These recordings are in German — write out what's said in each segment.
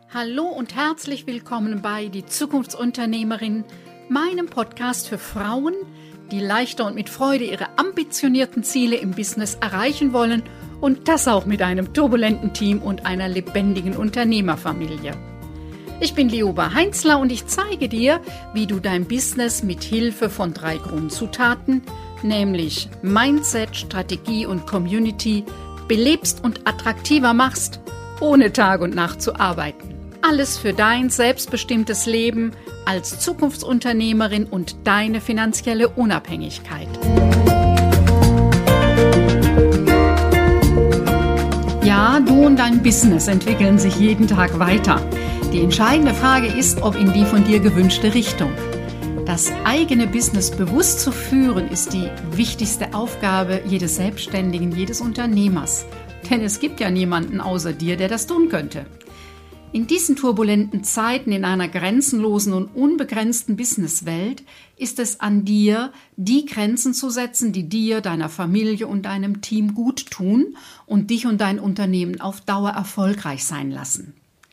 Hallo und herzlich willkommen bei Die Zukunftsunternehmerin, meinem Podcast für Frauen, die leichter und mit Freude ihre ambitionierten Ziele im Business erreichen wollen und das auch mit einem turbulenten Team und einer lebendigen Unternehmerfamilie. Ich bin Lioba Heinzler und ich zeige dir, wie du dein Business mit Hilfe von 3 Grundzutaten, nämlich Mindset, Strategie und Community, belebst und attraktiver machst, ohne Tag und Nacht zu arbeiten. Alles für dein selbstbestimmtes Leben als Zukunftsunternehmerin und deine finanzielle Unabhängigkeit. Ja, du und dein Business entwickeln sich jeden Tag weiter. Die entscheidende Frage ist, ob in die von dir gewünschte Richtung. Das eigene Business bewusst zu führen, ist die wichtigste Aufgabe jedes Selbstständigen, jedes Unternehmers. Denn es gibt ja niemanden außer dir, der das tun könnte. In diesen turbulenten Zeiten, in einer grenzenlosen und unbegrenzten Businesswelt, ist es an dir, die Grenzen zu setzen, die dir, deiner Familie und deinem Team gut tun und dich und dein Unternehmen auf Dauer erfolgreich sein lassen.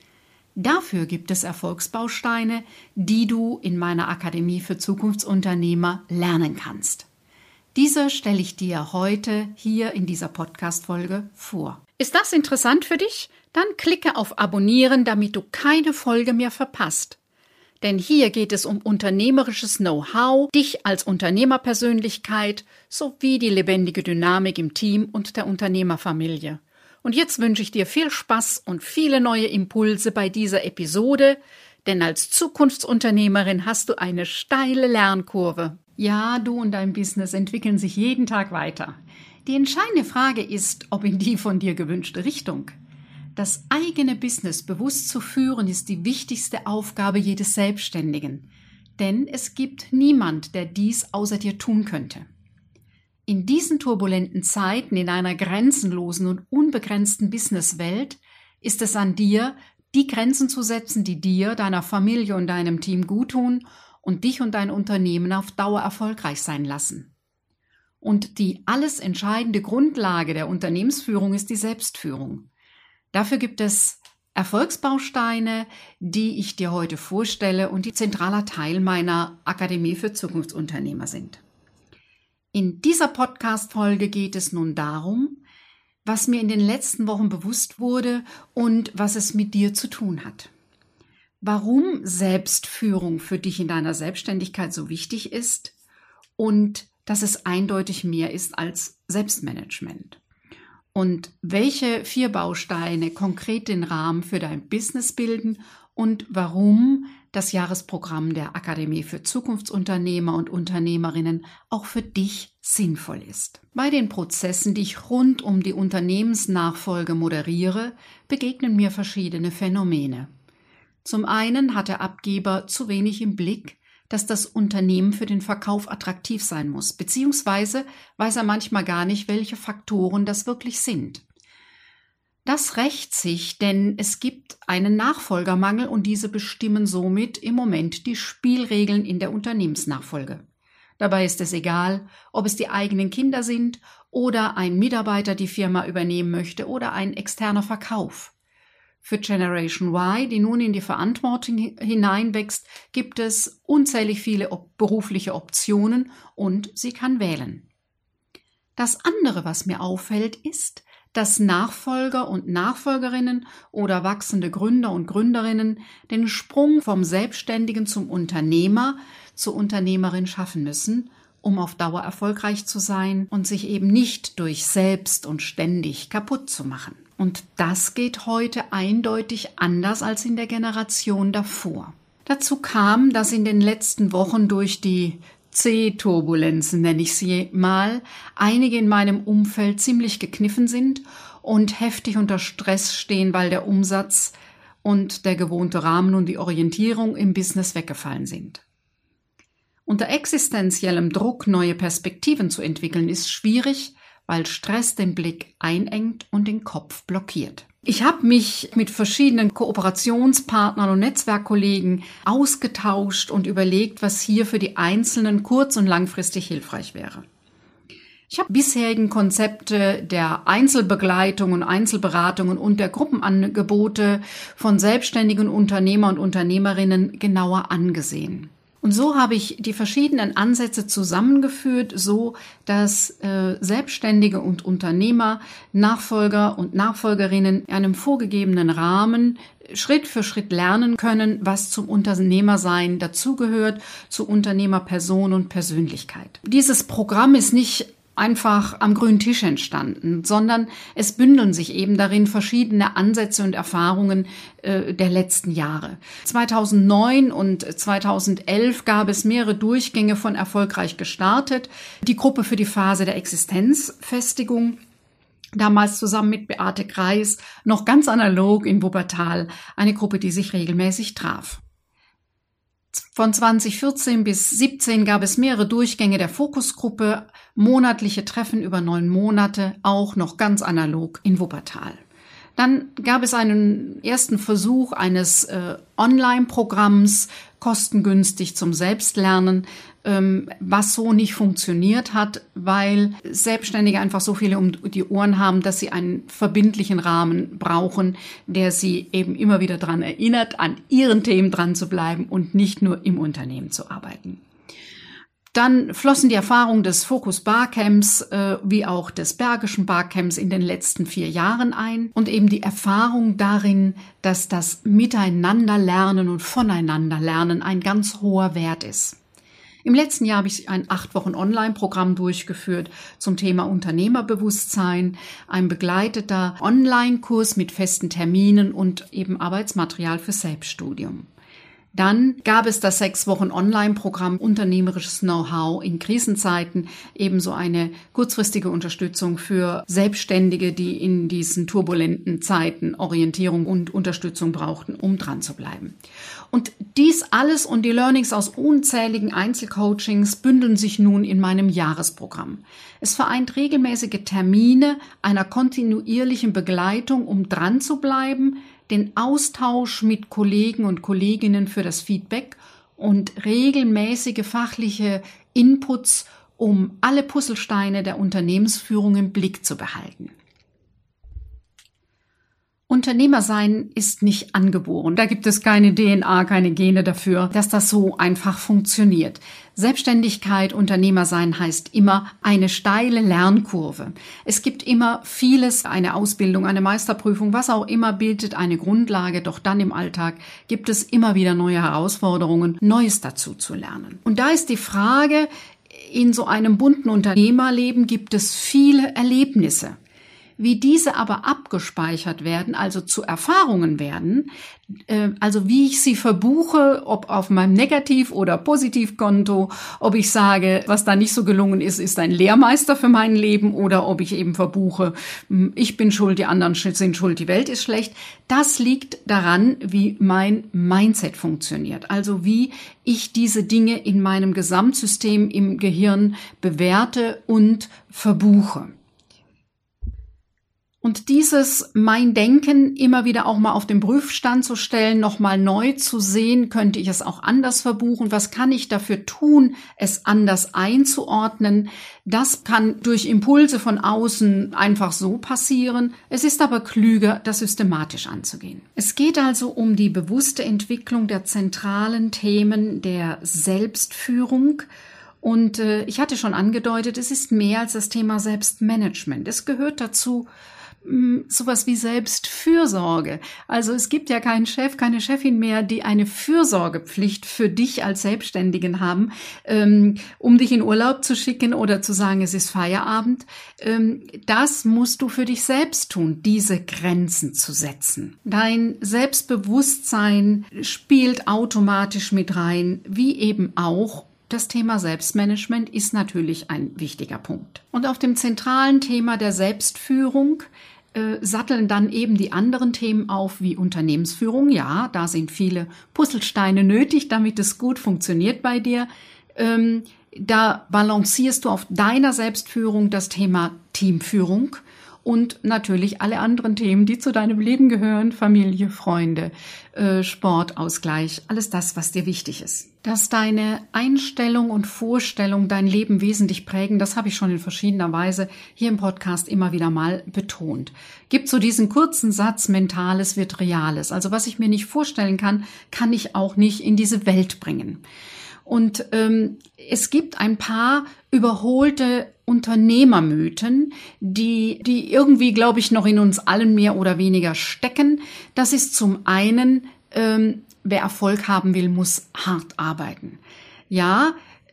Dafür gibt es Erfolgsbausteine, die du in meiner Akademie für Zukunftsunternehmer lernen kannst. Diese stelle ich dir heute hier in dieser Podcast-Folge vor. Ist das interessant für dich? Dann klicke auf Abonnieren, damit du keine Folge mehr verpasst. Denn hier geht es um unternehmerisches Know-how, dich als Unternehmerpersönlichkeit sowie die lebendige Dynamik im Team und der Unternehmerfamilie. Und jetzt wünsche ich dir viel Spaß und viele neue Impulse bei dieser Episode, denn als Zukunftsunternehmerin hast du eine steile Lernkurve. Ja, du und dein Business entwickeln sich jeden Tag weiter. Die entscheidende Frage ist, ob in die von dir gewünschte Richtung. Das eigene Business bewusst zu führen, ist die wichtigste Aufgabe jedes Selbstständigen. Denn es gibt niemand, der dies außer dir tun könnte. In diesen turbulenten Zeiten, in einer grenzenlosen und unbegrenzten Businesswelt, ist es an dir, die Grenzen zu setzen, die dir, deiner Familie und deinem Team guttun und dich und dein Unternehmen auf Dauer erfolgreich sein lassen. Und die alles entscheidende Grundlage der Unternehmensführung ist die Selbstführung. Dafür gibt es Erfolgsbausteine, die ich dir heute vorstelle und die zentraler Teil meiner Akademie für Zukunftsunternehmer sind. In dieser Podcast-Folge geht es nun darum, was mir in den letzten Wochen bewusst wurde und was es mit dir zu tun hat. Warum Selbstführung für dich in deiner Selbstständigkeit so wichtig ist und dass es eindeutig mehr ist als Selbstmanagement. Und welche 4 Bausteine konkret den Rahmen für dein Business bilden und warum das Jahresprogramm der Akademie für Zukunftsunternehmer und Unternehmerinnen auch für dich sinnvoll ist. Bei den Prozessen, die ich rund um die Unternehmensnachfolge moderiere, begegnen mir verschiedene Phänomene. Zum einen hat der Abgeber zu wenig im Blick, dass das Unternehmen für den Verkauf attraktiv sein muss, beziehungsweise weiß er manchmal gar nicht, welche Faktoren das wirklich sind. Das rächt sich, denn es gibt einen Nachfolgermangel und diese bestimmen somit im Moment die Spielregeln in der Unternehmensnachfolge. Dabei ist es egal, ob es die eigenen Kinder sind oder ein Mitarbeiter die Firma übernehmen möchte oder ein externer Verkauf. Für Generation Y, die nun in die Verantwortung hineinwächst, gibt es unzählig viele berufliche Optionen und sie kann wählen. Das andere, was mir auffällt, ist, dass Nachfolger und Nachfolgerinnen oder wachsende Gründer und Gründerinnen den Sprung vom Selbstständigen zum Unternehmer, zur Unternehmerin schaffen müssen, um auf Dauer erfolgreich zu sein und sich eben nicht durch selbst und ständig kaputt zu machen. Und das geht heute eindeutig anders als in der Generation davor. Dazu kam, dass in den letzten Wochen durch die C-Turbulenzen, nenne ich sie mal, einige in meinem Umfeld ziemlich gekniffen sind und heftig unter Stress stehen, weil der Umsatz und der gewohnte Rahmen und die Orientierung im Business weggefallen sind. Unter existenziellem Druck neue Perspektiven zu entwickeln, ist schwierig, weil Stress den Blick einengt und den Kopf blockiert. Ich habe mich mit verschiedenen Kooperationspartnern und Netzwerkkollegen ausgetauscht und überlegt, was hier für die Einzelnen kurz- und langfristig hilfreich wäre. Ich habe bisherigen Konzepte der Einzelbegleitung und Einzelberatungen und der Gruppenangebote von selbstständigen Unternehmer und Unternehmerinnen genauer angesehen. Und so habe ich die verschiedenen Ansätze zusammengeführt, so dass Selbstständige und Unternehmer, Nachfolger und Nachfolgerinnen in einem vorgegebenen Rahmen Schritt für Schritt lernen können, was zum Unternehmersein dazugehört, zu Unternehmerperson und Persönlichkeit. Dieses Programm ist nicht einfach am grünen Tisch entstanden, sondern es bündeln sich eben darin verschiedene Ansätze und Erfahrungen der letzten Jahre. 2009 und 2011 gab es mehrere Durchgänge von Erfolgreich gestartet. Die Gruppe für die Phase der Existenzfestigung, damals zusammen mit Beate Kreis, noch ganz analog in Wuppertal, eine Gruppe, die sich regelmäßig traf. Von 2014 bis 2017 gab es mehrere Durchgänge der Fokusgruppe, monatliche Treffen über 9 Monate, auch noch ganz analog in Wuppertal. Dann gab es einen ersten Versuch eines Online-Programms, kostengünstig zum Selbstlernen, was so nicht funktioniert hat, weil Selbstständige einfach so viele um die Ohren haben, dass sie einen verbindlichen Rahmen brauchen, der sie eben immer wieder daran erinnert, an ihren Themen dran zu bleiben und nicht nur im Unternehmen zu arbeiten. Dann flossen die Erfahrungen des Fokus Barcamps wie auch des Bergischen Barcamps in den letzten 4 Jahren ein und eben die Erfahrung darin, dass das Miteinanderlernen und Voneinanderlernen ein ganz hoher Wert ist. Im letzten Jahr habe ich ein 8 Wochen Online-Programm durchgeführt zum Thema Unternehmerbewusstsein, ein begleiteter Online-Kurs mit festen Terminen und eben Arbeitsmaterial für Selbststudium. Dann gab es das 6 Wochen Online-Programm Unternehmerisches Know-how in Krisenzeiten, ebenso eine kurzfristige Unterstützung für Selbstständige, die in diesen turbulenten Zeiten Orientierung und Unterstützung brauchten, um dran zu bleiben. Und dies alles und die Learnings aus unzähligen Einzelcoachings bündeln sich nun in meinem Jahresprogramm. Es vereint regelmäßige Termine einer kontinuierlichen Begleitung, um dran zu bleiben, den Austausch mit Kollegen und Kolleginnen für das Feedback und regelmäßige fachliche Inputs, um alle Puzzlesteine der Unternehmensführung im Blick zu behalten. Unternehmersein ist nicht angeboren. Da gibt es keine DNA, keine Gene dafür, dass das so einfach funktioniert. Selbstständigkeit, Unternehmersein heißt immer eine steile Lernkurve. Es gibt immer vieles, eine Ausbildung, eine Meisterprüfung, was auch immer bildet eine Grundlage, doch dann im Alltag gibt es immer wieder neue Herausforderungen, Neues dazu zu lernen. Und da ist die Frage, in so einem bunten Unternehmerleben gibt es viele Erlebnisse. Wie diese aber abgespeichert werden, also zu Erfahrungen werden, also wie ich sie verbuche, ob auf meinem Negativ- oder Positivkonto, ob ich sage, was da nicht so gelungen ist, ist ein Lehrmeister für mein Leben, oder ob ich eben verbuche, ich bin schuld, die anderen sind schuld, die Welt ist schlecht. Das liegt daran, wie mein Mindset funktioniert, also wie ich diese Dinge in meinem Gesamtsystem im Gehirn bewerte und verbuche. Und dieses mein Denken immer wieder auch mal auf den Prüfstand zu stellen, nochmal neu zu sehen, könnte ich es auch anders verbuchen? Was kann ich dafür tun, es anders einzuordnen? Das kann durch Impulse von außen einfach so passieren. Es ist aber klüger, das systematisch anzugehen. Es geht also um die bewusste Entwicklung der zentralen Themen der Selbstführung. Und ich hatte schon angedeutet, es ist mehr als das Thema Selbstmanagement. Es gehört dazu sowas wie Selbstfürsorge. Also es gibt ja keinen Chef, keine Chefin mehr, die eine Fürsorgepflicht für dich als Selbstständigen haben, um dich in Urlaub zu schicken oder zu sagen, es ist Feierabend. Das musst du für dich selbst tun, diese Grenzen zu setzen. Dein Selbstbewusstsein spielt automatisch mit rein, wie eben auch das Thema Selbstmanagement ist natürlich ein wichtiger Punkt. Und auf dem zentralen Thema der Selbstführung satteln dann eben die anderen Themen auf, wie Unternehmensführung. Ja, da sind viele Puzzlesteine nötig, damit es gut funktioniert bei dir. Da balancierst du auf deiner Selbstführung das Thema Teamführung und natürlich alle anderen Themen, die zu deinem Leben gehören, Familie, Freunde, Sport, Ausgleich, alles das, was dir wichtig ist. Dass deine Einstellung und Vorstellung dein Leben wesentlich prägen, das habe ich schon in verschiedener Weise hier im Podcast immer wieder mal betont. Gibt so diesen kurzen Satz, Mentales wird Reales. Also was ich mir nicht vorstellen kann, kann ich auch nicht in diese Welt bringen. Und es gibt ein paar überholte Unternehmermythen, die irgendwie, glaube ich, noch in uns allen mehr oder weniger stecken. Das ist zum einen, wer Erfolg haben will, muss hart arbeiten. Ja,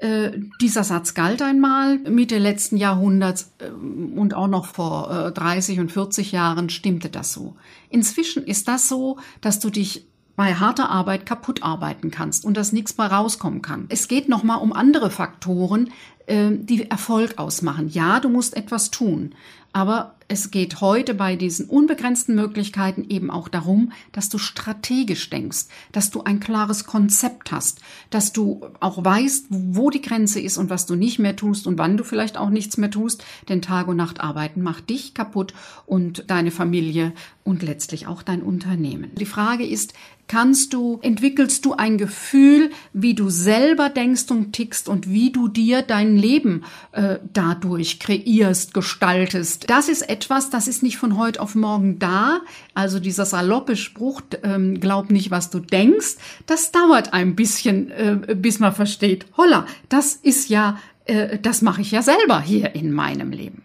dieser Satz galt einmal Mitte letzten Jahrhunderts und auch noch vor 30 und 40 Jahren stimmte das so. Inzwischen ist das so, dass du dich bei harter Arbeit kaputt arbeiten kannst und dass nichts mehr rauskommen kann. Es geht nochmal um andere Faktoren, die Erfolg ausmachen. Ja, du musst etwas tun, aber es geht heute bei diesen unbegrenzten Möglichkeiten eben auch darum, dass du strategisch denkst, dass du ein klares Konzept hast, dass du auch weißt, wo die Grenze ist und was du nicht mehr tust und wann du vielleicht auch nichts mehr tust, denn Tag und Nacht arbeiten macht dich kaputt und deine Familie und letztlich auch dein Unternehmen. Die Frage ist, entwickelst du ein Gefühl, wie du selber denkst und tickst und wie du dir dein Leben dadurch kreierst, gestaltest. Das ist etwas, das ist nicht von heute auf morgen da. Also dieser saloppe Spruch, glaub nicht, was du denkst, das dauert ein bisschen, bis man versteht, holla, das ist ja, das mache ich ja selber hier in meinem Leben.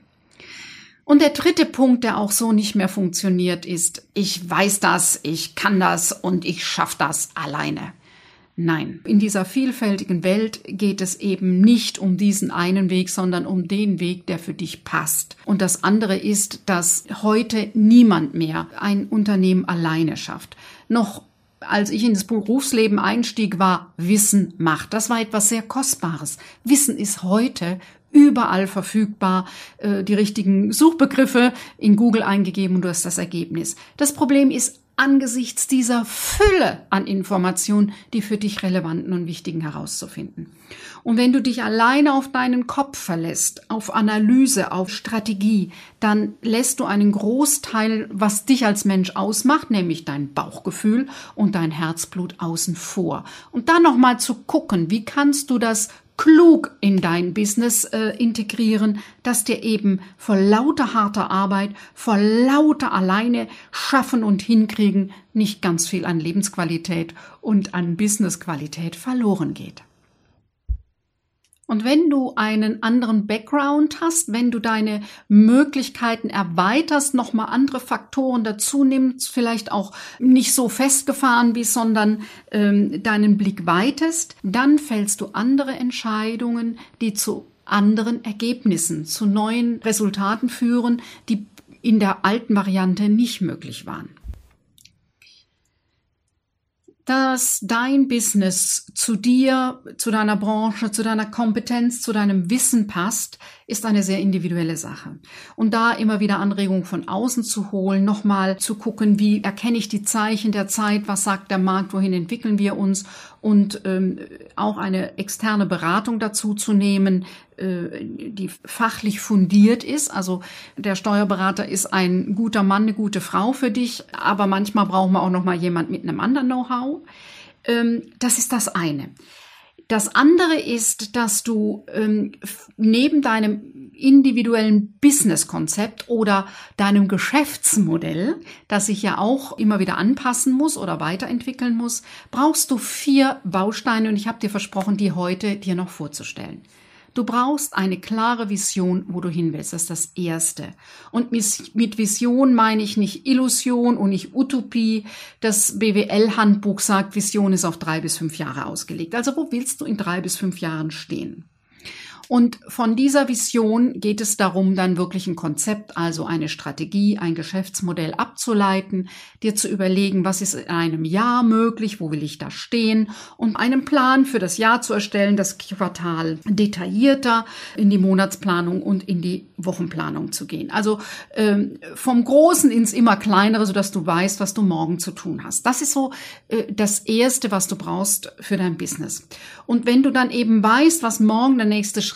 Und der dritte Punkt, der auch so nicht mehr funktioniert, ist, ich weiß das, ich kann das und ich schaffe das alleine. Nein, in dieser vielfältigen Welt geht es eben nicht um diesen einen Weg, sondern um den Weg, der für dich passt. Und das andere ist, dass heute niemand mehr ein Unternehmen alleine schafft. Noch als ich ins Berufsleben einstieg, war Wissen Macht. Das war etwas sehr Kostbares. Wissen ist heute überall verfügbar, die richtigen Suchbegriffe in Google eingegeben und du hast das Ergebnis. Das Problem ist, angesichts dieser Fülle an Informationen, die für dich relevanten und wichtigen herauszufinden. Und wenn du dich alleine auf deinen Kopf verlässt, auf Analyse, auf Strategie, dann lässt du einen Großteil, was dich als Mensch ausmacht, nämlich dein Bauchgefühl und dein Herzblut außen vor. Und dann nochmal zu gucken, wie kannst du das klug in dein Business integrieren, dass dir eben vor lauter harter Arbeit, vor lauter alleine schaffen und hinkriegen nicht ganz viel an Lebensqualität und an Businessqualität verloren geht. Und wenn du einen anderen Background hast, wenn du deine Möglichkeiten erweiterst, nochmal andere Faktoren dazu nimmst, vielleicht auch nicht so festgefahren bist, sondern deinen Blick weitest, dann fällst du andere Entscheidungen, die zu anderen Ergebnissen, zu neuen Resultaten führen, die in der alten Variante nicht möglich waren. Dass dein Business zu dir, zu deiner Branche, zu deiner Kompetenz, zu deinem Wissen passt, ist eine sehr individuelle Sache. Und da immer wieder Anregungen von außen zu holen, nochmal zu gucken, wie erkenne ich die Zeichen der Zeit, was sagt der Markt, wohin entwickeln wir uns und auch eine externe Beratung dazu zu nehmen, die fachlich fundiert ist. Also der Steuerberater ist ein guter Mann, eine gute Frau für dich, aber manchmal brauchen wir auch noch mal jemand mit einem anderen Know-how. Das ist das eine. Das andere ist, dass du neben deinem individuellen Business-Konzept oder deinem Geschäftsmodell, das sich ja auch immer wieder anpassen muss oder weiterentwickeln muss, brauchst du 4 Bausteine und ich habe dir versprochen, die heute dir noch vorzustellen. Du brauchst eine klare Vision, wo du hin willst. Das ist das Erste. Und mit Vision meine ich nicht Illusion und nicht Utopie. Das BWL-Handbuch sagt, Vision ist auf 3 bis 5 Jahre ausgelegt. Also wo willst du in 3 bis 5 Jahren stehen? Und von dieser Vision geht es darum, dann wirklich ein Konzept, also eine Strategie, ein Geschäftsmodell abzuleiten, dir zu überlegen, was ist in einem Jahr möglich, wo will ich da stehen und einen Plan für das Jahr zu erstellen, das Quartal detaillierter in die Monatsplanung und in die Wochenplanung zu gehen. Also vom Großen ins immer Kleinere, sodass du weißt, was du morgen zu tun hast. Das ist so das Erste, was du brauchst für dein Business. Und wenn du dann eben weißt, was morgen der nächste Schritt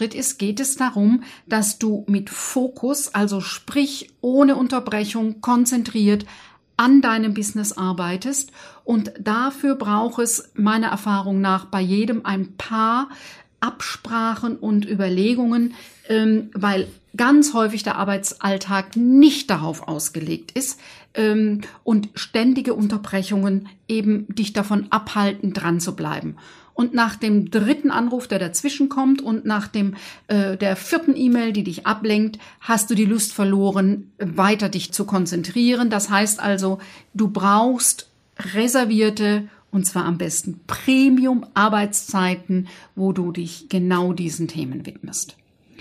Schritt ist, geht es darum, dass du mit Fokus, also sprich ohne Unterbrechung, konzentriert an deinem Business arbeitest. Und dafür braucht es meiner Erfahrung nach bei jedem ein paar Absprachen und Überlegungen, weil ganz häufig der Arbeitsalltag nicht darauf ausgelegt ist und ständige Unterbrechungen eben dich davon abhalten, dran zu bleiben. Und nach dem 3. Anruf, der dazwischen kommt und nach der 4. E-Mail, die dich ablenkt, hast du die Lust verloren, weiter dich zu konzentrieren. Das heißt also, du brauchst reservierte, und zwar am besten Premium-Arbeitszeiten, wo du dich genau diesen Themen widmest.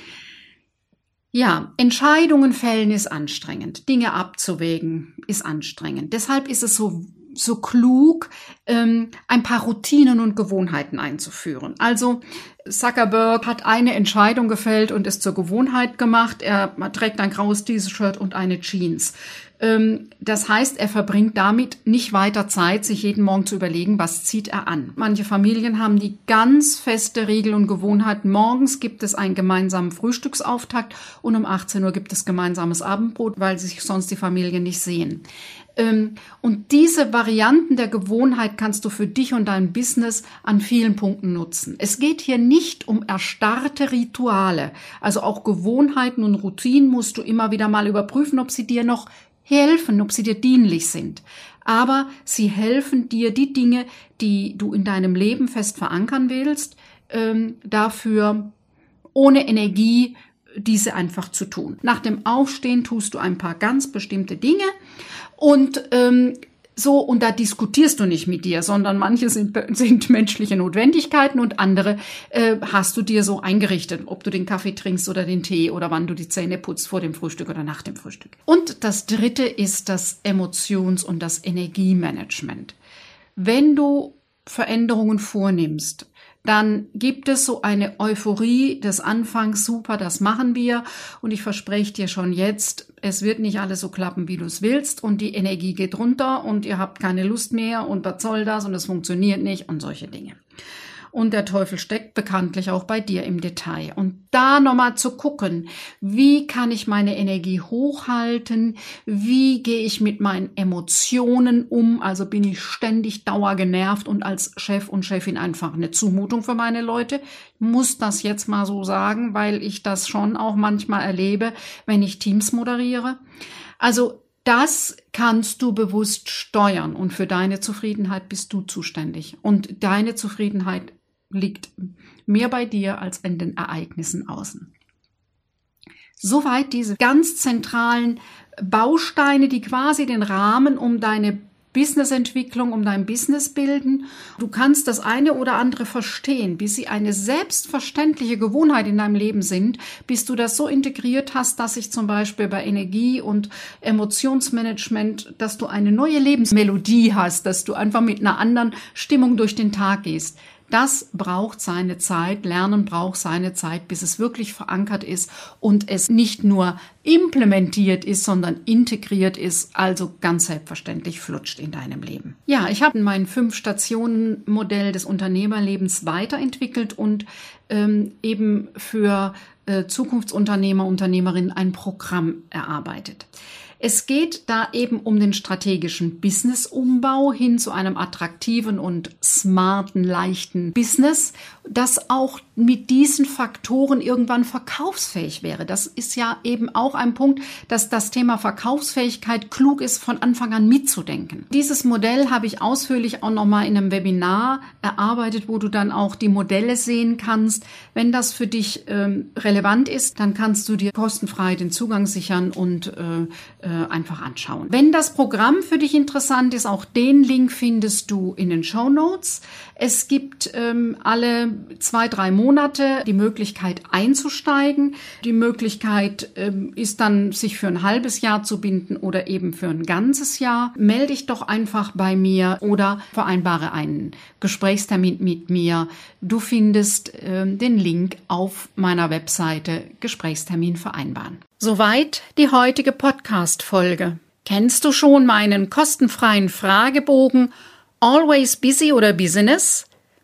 Ja, Entscheidungen fällen ist anstrengend. Dinge abzuwägen ist anstrengend. Deshalb ist es so klug, ein paar Routinen und Gewohnheiten einzuführen. Also Zuckerberg hat eine Entscheidung gefällt und es zur Gewohnheit gemacht. Er trägt ein graues T-Shirt und eine Jeans. Das heißt, er verbringt damit nicht weiter Zeit, sich jeden Morgen zu überlegen, was zieht er an. Manche Familien haben die ganz feste Regel und Gewohnheit. Morgens gibt es einen gemeinsamen Frühstücksauftakt und um 18 Uhr gibt es gemeinsames Abendbrot, weil sich sonst die Familien nicht sehen. Und diese Varianten der Gewohnheit kannst du für dich und dein Business an vielen Punkten nutzen. Es geht hier nicht um erstarrte Rituale. Also auch Gewohnheiten und Routinen musst du immer wieder mal überprüfen, ob sie dir noch helfen, ob sie dir dienlich sind. Aber sie helfen dir, die Dinge, die du in deinem Leben fest verankern willst, dafür ohne Energie diese einfach zu tun. Nach dem Aufstehen tust du ein paar ganz bestimmte Dinge und und da diskutierst du nicht mit dir, sondern manche sind menschliche Notwendigkeiten und andere hast du dir so eingerichtet, ob du den Kaffee trinkst oder den Tee oder wann du die Zähne putzt, vor dem Frühstück oder nach dem Frühstück. Und das 3. ist das Emotions- und das Energiemanagement. Wenn du Veränderungen vornimmst, dann gibt es so eine Euphorie des Anfangs, super, das machen wir. Und ich verspreche dir schon jetzt, es wird nicht alles so klappen, wie du es willst. Und die Energie geht runter und ihr habt keine Lust mehr und was soll das und es funktioniert nicht und solche Dinge. Und der Teufel steckt bekanntlich auch bei dir im Detail. Und da nochmal zu gucken, wie kann ich meine Energie hochhalten? Wie gehe ich mit meinen Emotionen um? Also bin ich ständig dauergenervt und als Chef und Chefin einfach eine Zumutung für meine Leute? Ich muss das jetzt mal so sagen, weil ich das schon auch manchmal erlebe, wenn ich Teams moderiere. Also das kannst du bewusst steuern und für deine Zufriedenheit bist du zuständig. Und deine Zufriedenheit liegt mehr bei dir als in den Ereignissen außen. Soweit diese ganz zentralen Bausteine, die quasi den Rahmen um deine Businessentwicklung, um dein Business bilden. Du kannst das eine oder andere verstehen, bis sie eine selbstverständliche Gewohnheit in deinem Leben sind, bis du das so integriert hast, dass sich zum Beispiel bei Energie- und Emotionsmanagement, dass du eine neue Lebensmelodie hast, dass du einfach mit einer anderen Stimmung durch den Tag gehst. Das braucht seine Zeit, Lernen braucht seine Zeit, bis es wirklich verankert ist und es nicht nur implementiert ist, sondern integriert ist, also ganz selbstverständlich flutscht in deinem Leben. Ja, ich habe mein 5-Stationen-Modell des Unternehmerlebens weiterentwickelt und eben für Zukunftsunternehmer, Unternehmerinnen ein Programm erarbeitet. Es geht da eben um den strategischen Businessumbau hin zu einem attraktiven und smarten, leichten Business, das auch mit diesen Faktoren irgendwann verkaufsfähig wäre. Das ist ja eben auch ein Punkt, dass das Thema Verkaufsfähigkeit klug ist, von Anfang an mitzudenken. Dieses Modell habe ich ausführlich auch nochmal in einem Webinar erarbeitet, wo du dann auch die Modelle sehen kannst. Wenn das für dich relevant ist, dann kannst du dir kostenfrei den Zugang sichern und einfach anschauen. Wenn das Programm für dich interessant ist, auch den Link findest du in den Shownotes. Es gibt alle 2-3 Monate die Möglichkeit einzusteigen. Die Möglichkeit ist dann, sich für ein halbes Jahr zu binden oder eben für ein ganzes Jahr. Melde dich doch einfach bei mir oder vereinbare einen Gesprächstermin mit mir. Du findest den Link auf meiner Webseite Gesprächstermin vereinbaren. Soweit die heutige Podcast-Folge. Kennst du schon meinen kostenfreien Fragebogen Always Busy oder Business?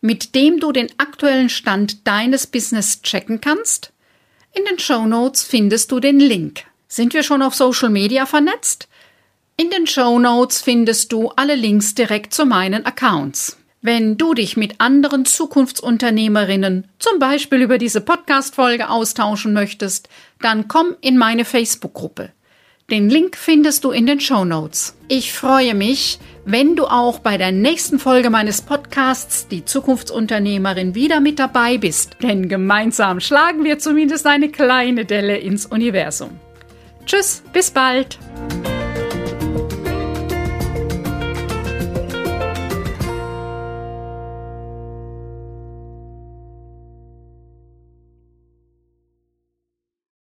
mit dem du den aktuellen Stand deines Business checken kannst? In den Shownotes findest du den Link. Sind wir schon auf Social Media vernetzt? In den Shownotes findest du alle Links direkt zu meinen Accounts. Wenn du dich mit anderen Zukunftsunternehmerinnen, zum Beispiel über diese Podcast-Folge austauschen möchtest, dann komm in meine Facebook-Gruppe. Den Link findest du in den Shownotes. Ich freue mich, wenn du auch bei der nächsten Folge meines Podcasts Die Zukunftsunternehmerin wieder mit dabei bist, denn gemeinsam schlagen wir zumindest eine kleine Delle ins Universum. Tschüss, bis bald!